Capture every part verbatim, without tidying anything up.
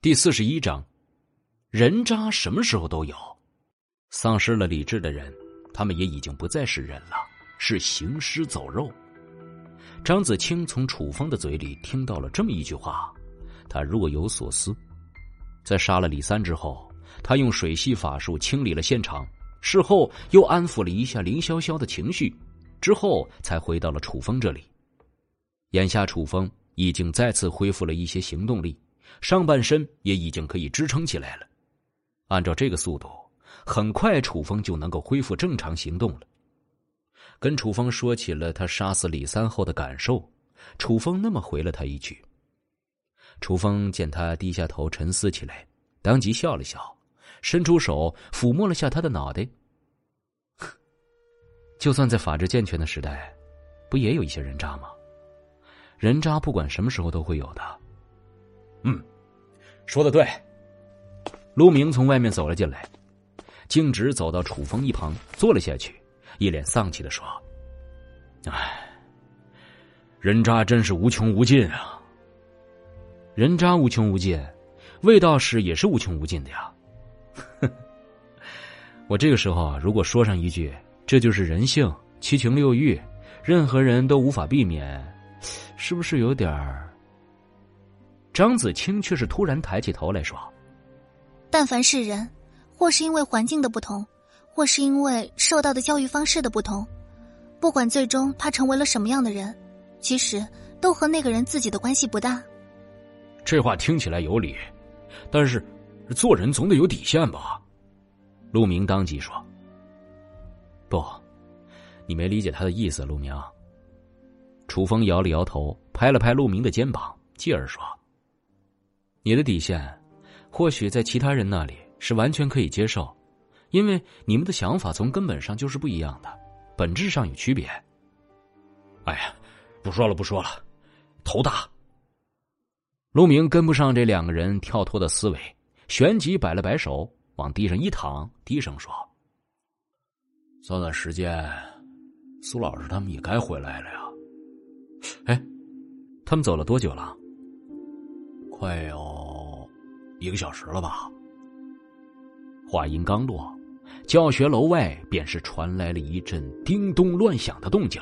第四十一章，人渣什么时候都有。丧失了理智的人，他们也已经不再是人了，是行尸走肉。张子清从楚风的嘴里听到了这么一句话，他若有所思。在杀了李三之后，他用水系法术清理了现场，事后又安抚了一下林潇潇的情绪，之后才回到了楚风这里。眼下楚风已经再次恢复了一些行动力，上半身也已经可以支撑起来了。按照这个速度，很快楚风就能够恢复正常行动了。跟楚风说起了他杀死李三后的感受，楚风那么回了他一句。楚风见他低下头沉思起来，当即笑了笑，伸出手抚摸了下他的脑袋。就算在法治健全的时代，不也有一些人渣吗？人渣不管什么时候都会有的。嗯，说得对。陆明从外面走了进来，径直走到楚风一旁坐了下去，一脸丧气地说：唉，人渣真是无穷无尽啊。人渣无穷无尽，魏道士也是无穷无尽的呀。我这个时候如果说上一句这就是人性，七情六欲，任何人都无法避免，是不是有点儿？张子清却是突然抬起头来说： 但凡是人，或是因为环境的不同，或是因为受到的教育方式的不同，不管最终他成为了什么样的人，其实都和那个人自己的关系不大。 这话听起来有理，但是做人总得有底线吧？陆明当即说：不，你没理解他的意思，陆明。楚风摇了摇头，拍了拍陆明的肩膀，继而说：你的底线或许在其他人那里是完全可以接受，因为你们的想法从根本上就是不一样的，本质上有区别。哎呀，不说了不说了，头大。陆明跟不上这两个人跳脱的思维，旋即摆了摆手，往地上一躺，低声说：算算时间，苏老师他们也该回来了呀。哎，他们走了多久了？快有一个小时了吧。话音刚落，教学楼外便是传来了一阵叮咚乱响的动静。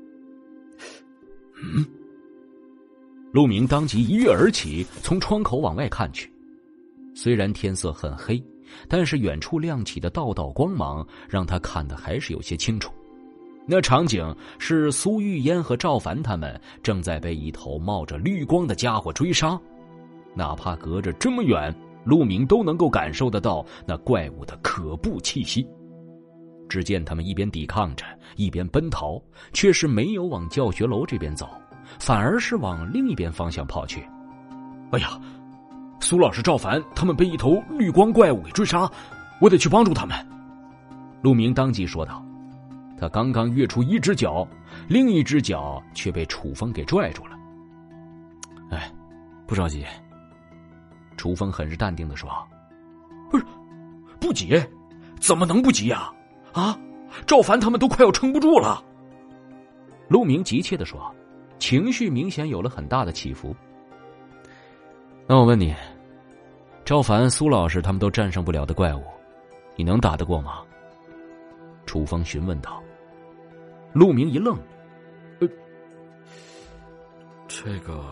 嗯，陆明当即一跃而起，从窗口往外看去。虽然天色很黑，但是远处亮起的道道光芒让他看得还是有些清楚。那场景是苏玉嫣和赵凡他们正在被一头冒着绿光的家伙追杀，哪怕隔着这么远，陆明都能够感受得到那怪物的可怖气息。只见他们一边抵抗着，一边奔逃，却是没有往教学楼这边走，反而是往另一边方向跑去。哎呀，苏老师、赵凡他们被一头绿光怪物给追杀，我得去帮助他们。陆明当即说道。他刚刚跃出一只脚，另一只脚却被楚风给拽住了。哎，不着急。楚风很是淡定地说：不是，不急？怎么能不急呀？啊，赵凡他们都快要撑不住了。陆明急切地说，情绪明显有了很大的起伏。那我问你，赵凡、苏老师他们都战胜不了的怪物，你能打得过吗？楚风询问道。陆明一愣，呃，这个，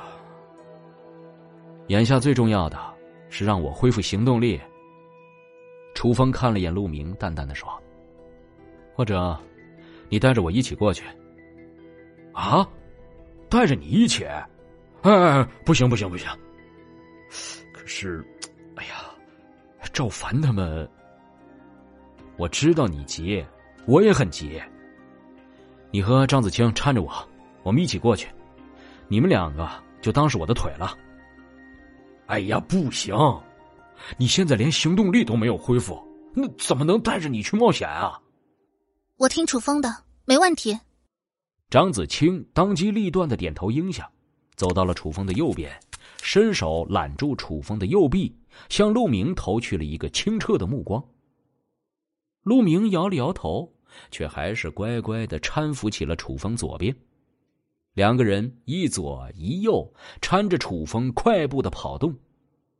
眼下最重要的是让我恢复行动力。楚风看了眼陆明，淡淡的说：或者你带着我一起过去。啊，带着你一起？哎，不行不行不行。可是，哎呀，赵凡他们，我知道你急，我也很急。你和张子清搀着我，我们一起过去，你们两个就当是我的腿了。哎呀，不行，你现在连行动力都没有恢复，那怎么能带着你去冒险啊？ 我听楚风的，没问题。 张子清当机立断的点头应下，走到了楚风的右边，伸手揽住楚风的右臂，向陆明投去了一个清澈的目光。陆明摇了摇头，却还是乖乖地搀扶起了楚风左边。两个人一左一右搀着楚风快步的跑动。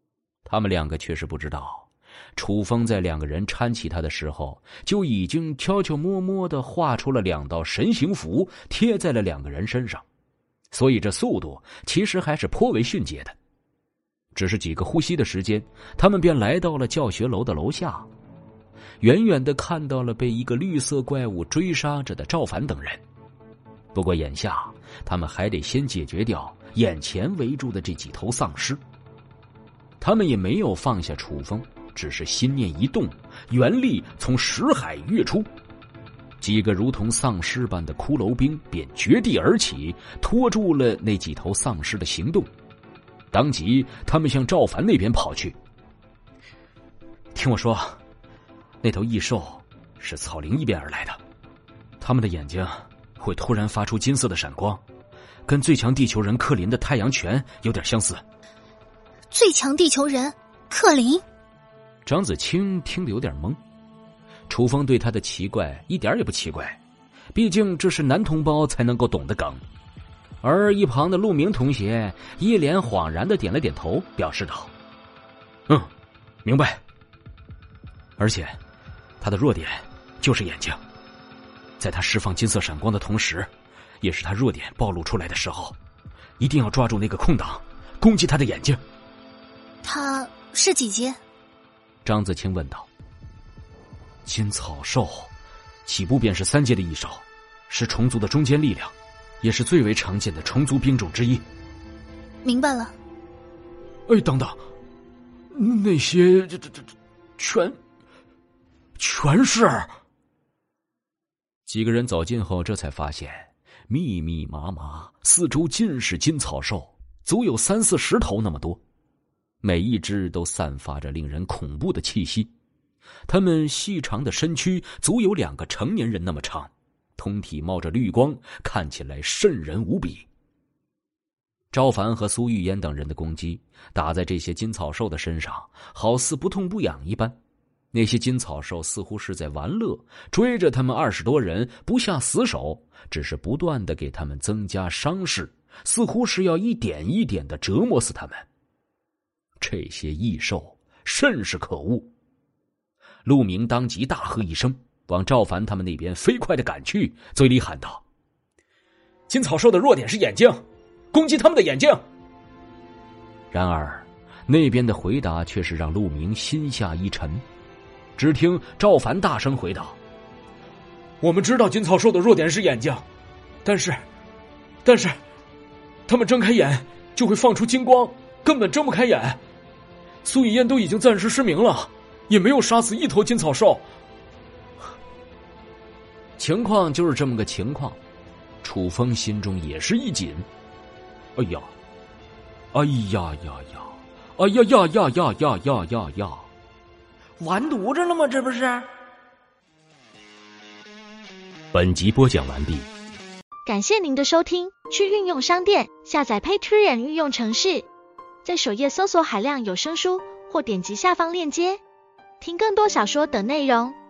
他们两个却是不知道，楚风在两个人搀起他的时候，就已经悄悄摸摸地画出了两道神行符，贴在了两个人身上，所以这速度其实还是颇为迅捷的。只是几个呼吸的时间，他们便来到了教学楼的楼下，远远地看到了被一个绿色怪物追杀着的赵凡等人。不过眼下他们还得先解决掉眼前围住的这几头丧尸。他们也没有放下楚风，只是心念一动，元力从识海跃出，几个如同丧尸般的骷髅兵便绝地而起，拖住了那几头丧尸的行动。当即他们向赵凡那边跑去。听我说，那头异兽是草灵一边而来的，他们的眼睛会突然发出金色的闪光，跟最强地球人克林的太阳拳有点相似。 最强地球人克林？ 张子清听得有点懵。楚风对他的奇怪一点也不奇怪，毕竟这是男同胞才能够懂的梗。而一旁的陆明同学一脸恍然的点了点头，表示道：嗯，明白。而且他的弱点就是眼睛，在他释放金色闪光的同时，也是他弱点暴露出来的时候，一定要抓住那个空档，攻击他的眼睛。 他是几阶？ 张子清问道。金草兽起步便是三阶的异兽，是虫族的中坚力量，也是最为常见的虫族兵种之一。 明白了。 哎，等等，那些这这这全全是……几个人走近后，这才发现密密麻麻，四周尽是金草兽，足有三四十头那么多，每一只都散发着令人恐怖的气息。它们细长的身躯足有两个成年人那么长，通体冒着绿光，看起来瘆人无比。赵凡和苏玉嫣等人的攻击打在这些金草兽的身上，好似不痛不痒一般。那些金草兽似乎是在玩乐，追着他们二十多人不下死手，只是不断的给他们增加伤势，似乎是要一点一点的折磨死他们。这些异兽甚是可恶。陆明当即大喝一声，往赵凡他们那边飞快地赶去，嘴里喊道：金草兽的弱点是眼睛，攻击他们的眼睛。然而那边的回答却是让陆明心下一沉。只听赵凡大声回道：我们知道金草兽的弱点是眼睛，但是但是他们睁开眼就会放出金光，根本睁不开眼。苏雨嫣都已经暂时失明了，也没有杀死一头金草兽。情况就是这么个情况，楚风心中也是一紧。哎呀，哎呀呀呀，哎呀呀呀呀呀呀呀呀！ 完犊子了吗？这不是？ 本集播讲完毕， 感谢您的收听。去运用商店下载 Patreon 运用程式，在首页搜索海量有声书，或点击下方链接听更多小说等内容。